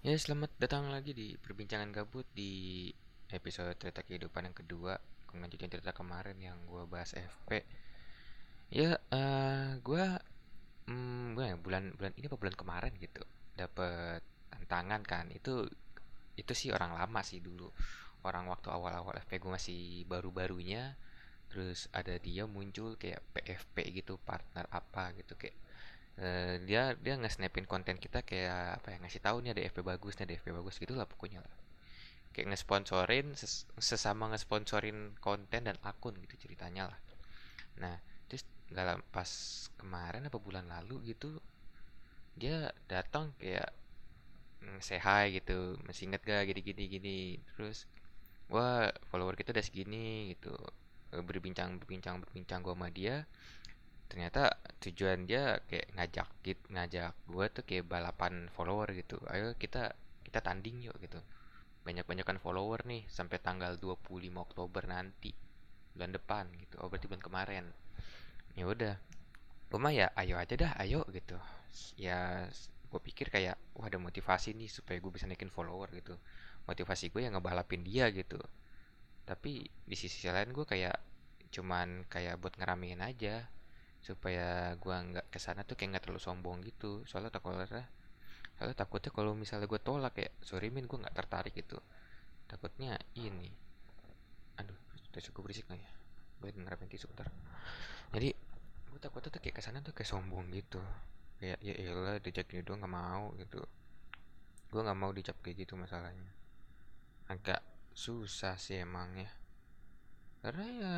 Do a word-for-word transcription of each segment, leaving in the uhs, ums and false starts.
Ya, selamat datang lagi di perbincangan gabut di episode cerita kehidupan yang kedua. Lanjutin cerita kemarin yang gue bahas F P. Ya, eh gue, hmm, gue ya, bulan bulan ini apa bulan kemarin gitu, dapet tantangan kan. Itu itu sih orang lama sih dulu. Orang waktu awal-awal F P gue masih baru-barunya. Terus ada dia muncul kayak P F P gitu, partner apa gitu kayak. Eh, dia dia nge-snapin konten kita kayak apa ya, ngasih tahu nih ada F P bagus nih, ada F P bagus gitu lah pokoknya lah, kayak ngesponsorin ses- sesama ngesponsorin konten dan akun gitu ceritanya lah. Nah, terus nggak lama pas kemarin apa bulan lalu gitu, dia datang kayak, mm, say hi gitu, masih inget gak gini gini gini. Terus wah, follower kita udah segini gitu. Eh, berbincang berbincang berbincang gua sama dia, ternyata tujuan dia kayak ngajak git ngajak gua tuh kayak balapan follower gitu, ayo kita kita tanding yuk gitu, banyak-banyakan follower nih sampai tanggal dua puluh lima Oktober nanti, bulan depan gitu. Oh, berarti bulan kemarin. Ya udah, gue mah ya ayo aja dah, ayo gitu. Ya, gue pikir kayak wah ada motivasi nih supaya gue bisa naikin follower gitu. Motivasi gue yang ngebalapin dia gitu. Tapi di sisi lain gue kayak cuman kayak buat ngeramein aja supaya gue nggak kesana tuh kayak nggak terlalu sombong gitu. Soalnya takutnya soalnya takutnya kalau misalnya gue tolak kayak sorry min gue nggak tertarik gitu, takutnya ini. Aduh, udah cukup berisik nggak ya? Gue ngerapin tisu bentar. Jadi, gue takutnya tuh kayak kesana tuh kayak sombong gitu. Kayak, ya elah, dijak gini doang gak mau gitu. Gue gak mau dicap kayak gitu masalahnya. Agak susah sih emangnya. Karena ya...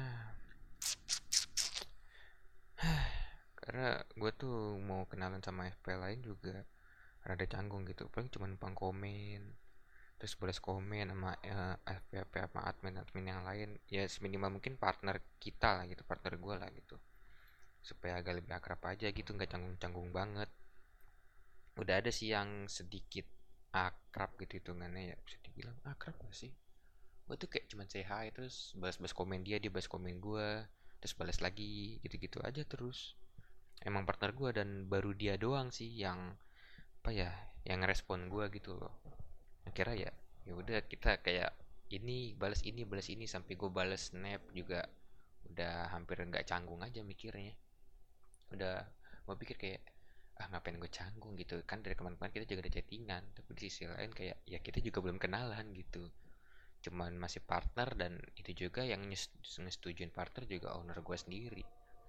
Karena gue tuh mau kenalan sama F P lain juga rada canggung gitu. Paling cuma numpang komen. Terus balas komen sama eh, F P F P sama admin-admin yang lain. Ya seminimal mungkin partner kita lah gitu. Partner gue lah gitu, supaya agak lebih akrab aja gitu, nggak canggung-canggung banget. Udah ada sih yang sedikit akrab gitu hitungannya, ya bisa dibilang akrab gak sih. Gue tuh kayak cuman say hi, terus balas-balas komen dia, dia balas komen gue, terus balas lagi, gitu-gitu aja terus. Emang partner gue dan baru dia doang sih yang apa ya, yang ngerespon gue gitu loh. Akhirnya ya ya udah kita kayak ini balas ini balas ini sampai gue balas snap juga udah hampir nggak canggung aja mikirnya. Udah mau pikir kayak ah ngapain gue canggung gitu kan, dari kemarin-kemarin kita juga ada chattingan, tapi di sisi lain kayak ya kita juga belum kenalan gitu, cuman masih partner. Dan itu juga yang nyetujuin partner juga owner gue sendiri.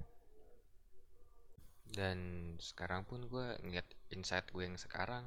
Dan sekarang pun gue ngeliat insight gue yang sekarang,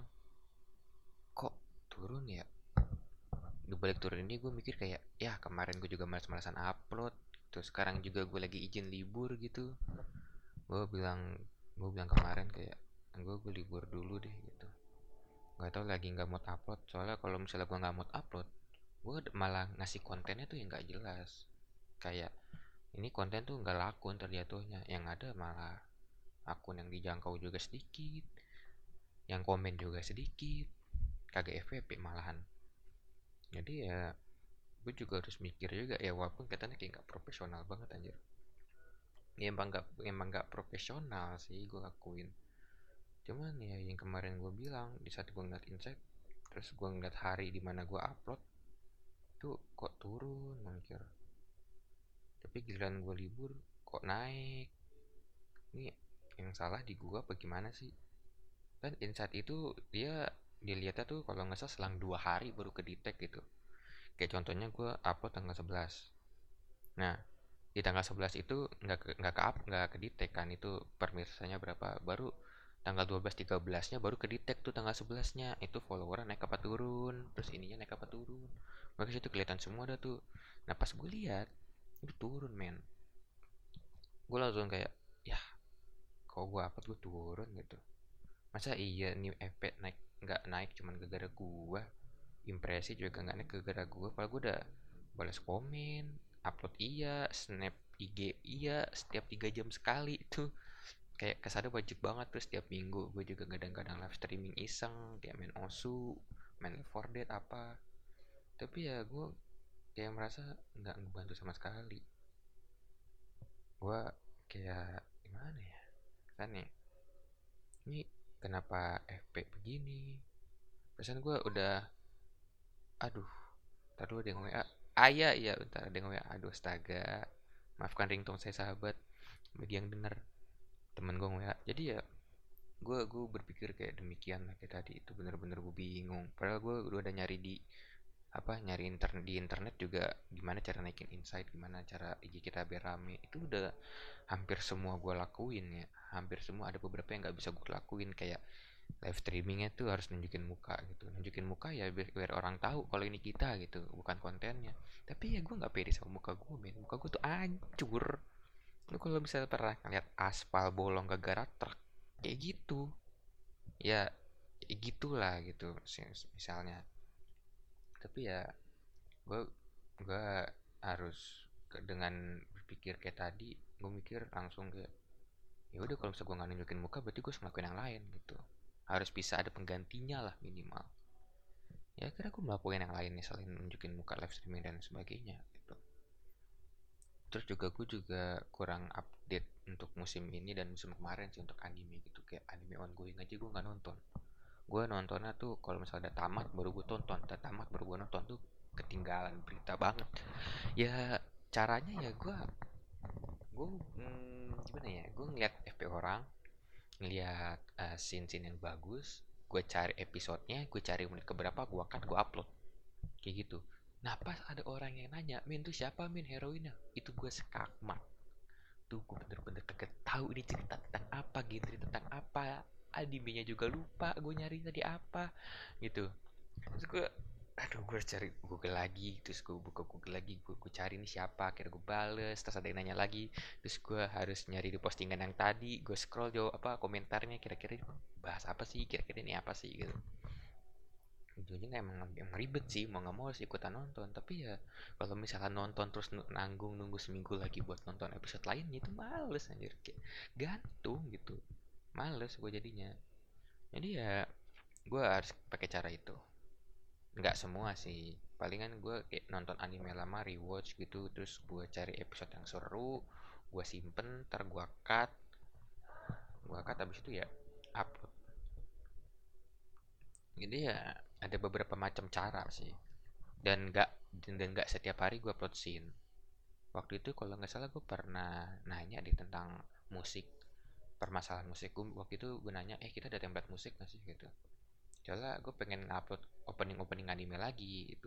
kok turun ya. Di balik turun ini gue mikir kayak ya kemarin gue juga malas-malasan upload, terus sekarang juga gue lagi izin libur gitu. Gue bilang gue bilang kemarin kayak gue gue libur dulu deh gitu, nggak tahu lagi nggak mau upload. Soalnya kalau misalnya gue nggak mau upload, gue malah ngasih kontennya tuh yang nggak jelas. Kayak ini konten tuh nggak laku ntar jatuhnya, yang ada malah akun yang dijangkau juga sedikit, yang komen juga sedikit, kagak F V P malahan. Jadi ya gue juga harus mikir juga ya, walaupun katanya kayak nggak profesional banget anjir. Ya emang nggak emang nggak profesional sih gue lakuin. Cuman ya yang kemarin gue bilang, di saat gue ngeliat insight, terus gue ngeliat hari dimana gue upload tuh kok turun mikir. Tapi giliran gue libur kok naik. Ini yang salah di gua apa gimana sih? Kan insight itu dia dilihatnya tuh kalau nggak salah selang dua hari baru ke detect gitu. Kayak contohnya gua upload tanggal sebelas. Nah, di tanggal sebelas itu nggak ke, nggak ke up nggak ke detect kan, itu permirsanya berapa, baru tanggal dua belas tiga belas-nya baru ke detect tuh, tanggal sebelas-nya itu followernya naik apa turun, terus ininya naik apa turun. Makanya itu kelihatan semua dah tuh. Nah pas gue lihat itu turun men, gue langsung kayak ya kok gue upload gue turun gitu. Masa iya new efek naik, nggak naik cuman gara-gara gua, impresi juga nggak naik gara-gara gua, padahal gua udah balas komen, upload iya, snap I G iya, setiap tiga jam sekali itu. Kayak kesannya wajib banget tuh setiap minggu gue juga kadang-kadang live streaming iseng kayak main osu, main Left four Dead apa. Tapi ya gue kayak merasa nggak ngebantu sama sekali. Gue kayak gimana ya, kan ya, ini kenapa F P begini, Perasaan gue udah, aduh, ntar dulu ada yang W A. Ah iya, iya, bentar ada yang W A. Aduh, astaga. Maafkan ringtone saya sahabat. Bagi yang denger, temen gue W A. Jadi ya, gue gue berpikir kayak demikian lah kayak tadi. Itu bener-bener gue bingung. Padahal gue udah ada nyari di apa nyari internet di internet juga gimana cara naikin insight, gimana cara I G kita biar rame. Itu udah hampir semua gue lakuin ya. Hampir semua, ada beberapa yang nggak bisa gue lakuin kayak live streamingnya tuh harus nunjukin muka gitu, nunjukin muka ya biar, biar orang tahu kalau ini kita gitu, bukan kontennya. Tapi ya gue nggak pede sama muka gue, men. Muka gue tuh hancur. Lu kalau bisa pernah ngeliat aspal bolong gara-gara truk kayak gitu, ya gitulah gitu misalnya. Tapi ya gue gue harus dengan berpikir kayak tadi, gue mikir langsung kayak ya udah, kalau misalnya gue nggak nunjukin muka berarti gue harus ngelakuin yang lain gitu, harus bisa ada penggantinya lah minimal. Ya kira gue melakukan yang lain nih selain nunjukin muka live streaming dan sebagainya gitu. Terus juga gue juga kurang update untuk musim ini dan musim kemarin sih untuk anime gitu, kayak anime ongoing aja gue nggak nonton. Gue nontonnya tuh kalau misalnya udah tamat baru gue tonton, udah tamat baru gue nonton, tuh ketinggalan berita banget. Ya caranya ya gue gue hmm, gimana ya, gue ngeliat F P orang, ngeliat uh, scene-scene yang bagus, gue cari episodenya, gue cari menit keberapa, gue cut, gue upload kayak gitu. Nah pas ada orang yang nanya, Min tuh siapa Min heroinnya, itu gue skakmat. Tuh gue bener-bener kagak tahu ini cerita tentang apa, genre tentang apa, animenya juga lupa gue nyari tadi apa gitu. Terus gue, aduh, gue harus cari Google lagi. Terus gue buka Google lagi, gue, gue cari ini siapa, akhirnya gue bales. Terus ada yang nanya lagi, terus gue harus nyari di postingan yang tadi, gue scroll jauh apa komentarnya, kira-kira bahas apa sih, kira-kira ini apa sih gitu. Ujungnya emang, emang ribet sih, mau nggak mau harus ikutan nonton. Tapi ya kalau misalkan nonton terus nanggung nunggu seminggu lagi buat nonton episode lainnya, itu males anjir, kayak gantung gitu, males gue jadinya. Jadi ya gue harus pakai cara itu. Nggak semua sih, palingan gue kayak nonton anime lama rewatch gitu, terus gue cari episode yang seru, gue simpen, ntar gue cut, gue cut abis itu ya upload. Jadi ya ada beberapa macam cara sih, dan nggak dan nggak setiap hari gue upload scene. Waktu itu kalau nggak salah gue pernah nanya di tentang musik, permasalahan musik. Gue waktu itu gue nanya, eh kita ada template musik nggak sih gitu, soalnya gue pengen upload opening opening anime lagi gitu.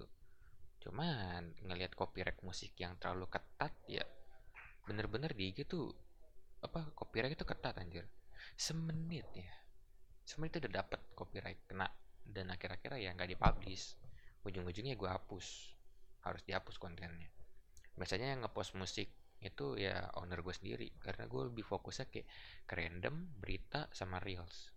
Cuman ngelihat copyright musik yang terlalu ketat ya, bener-bener di I G tuh apa copyright itu ketat anjir. Semenit ya, semenit itu udah dapet copyright kena, dan akhir-akhirnya ya nggak dipublish. Ujung-ujungnya gue hapus, harus dihapus kontennya. Biasanya yang ngepost musik itu ya owner gue sendiri, karena gue lebih fokusnya kayak ke random berita sama reels.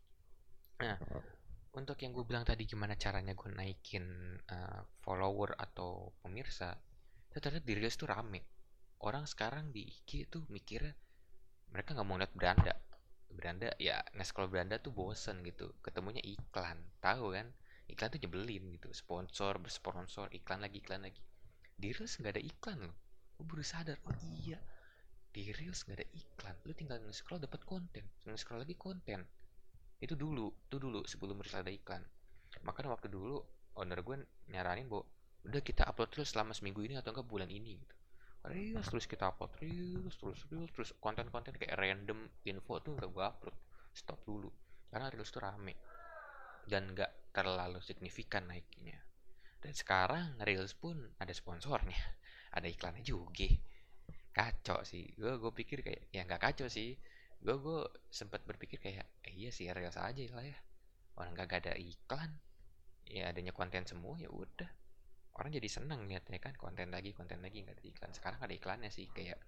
Nah, untuk yang gue bilang tadi gimana caranya gue naikin uh, follower atau pemirsa, itu ternyata di reels tuh rame. Orang sekarang di I G tuh mikirnya mereka nggak mau lihat beranda. Beranda ya, nge-scroll beranda tuh bosen gitu, ketemunya iklan, tahu kan? Iklan tuh nyebelin gitu, sponsor bersponsor, iklan lagi iklan lagi. Di reels nggak ada iklan loh. Gue baru sadar, oh iya, di reels nggak ada iklan, lu tinggal nge-scroll dapat konten, nge-scroll lagi konten. Itu dulu, itu dulu sebelum reels ada iklan. Makanya waktu dulu owner gue nyaranin, bahwa udah kita upload terus selama seminggu ini atau enggak bulan ini gitu. Reels terus kita upload, reels terus, reels terus, konten-konten kayak random info tuh nggak gue upload, stop dulu. Karena reels tuh rame dan nggak terlalu signifikan naiknya. Dan sekarang reels pun ada sponsornya, ada iklannya juga. Kacau sih, gue gue pikir kayak ya nggak kacau sih. Gue gue sempat berpikir kayak eh, iya sih reels aja lah ya, orang nggak ada iklan, ya adanya konten semua, ya udah, orang jadi seneng liatnya kan, konten lagi konten lagi nggak ada iklan. Sekarang ada iklannya sih, kayak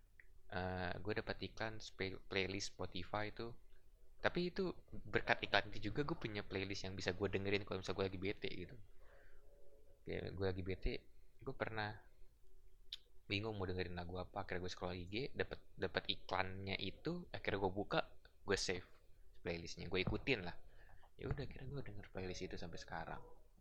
uh, gue dapat iklan playlist Spotify itu. Tapi itu berkat iklan itu juga gue punya playlist yang bisa gue dengerin kalau misalnya gue lagi bete gitu. Kayak gue lagi bete, gue pernah bingung mau dengerin lagu apa, akhirnya gue scroll I G, dapat dapat iklannya itu, akhirnya gue buka, gue save playlistnya, gue ikutin lah. Ya udah, akhirnya gue denger playlist itu sampai sekarang.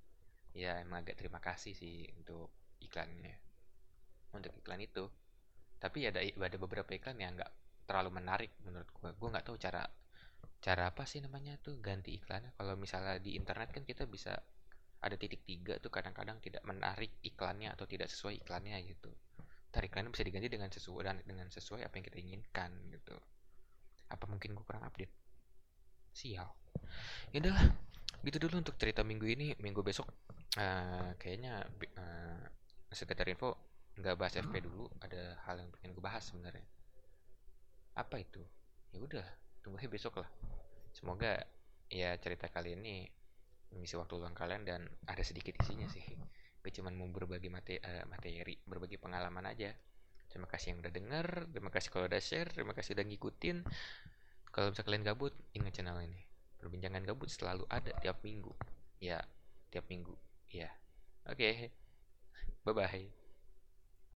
Ya emang agak terima kasih sih untuk iklannya, untuk iklan itu. Tapi ada ada beberapa iklan yang nggak terlalu menarik menurut gue. Gue nggak tahu cara cara apa sih namanya tuh ganti iklannya. Kalau misalnya di internet kan kita bisa ada titik tiga tuh, kadang-kadang tidak menarik iklannya atau tidak sesuai iklannya gitu. Ntar iklannya bisa diganti dengan sesuai dan dengan sesuai apa yang kita inginkan gitu. Apa mungkin gue kurang update? Sial. Ya udahlah, gitu dulu untuk cerita minggu ini. Minggu besok eh, kayaknya eh, sekedar info nggak bahas F P dulu. Ada hal yang pengen gue bahas sebenarnya. Apa itu? Ya udah, tunggu aja besok lah. Semoga ya cerita kali ini mengisi waktu luang kalian dan ada sedikit isinya sih. Gue cuma mau berbagi materi, materi, berbagi pengalaman aja. Terima kasih yang udah denger, terima kasih kalau udah share, terima kasih udah ngikutin. Kalau misalnya kalian gabut, ingat channel ini. Perbincangan gabut selalu ada tiap minggu. Ya, tiap minggu. Ya. Oke. Okay. Bye bye.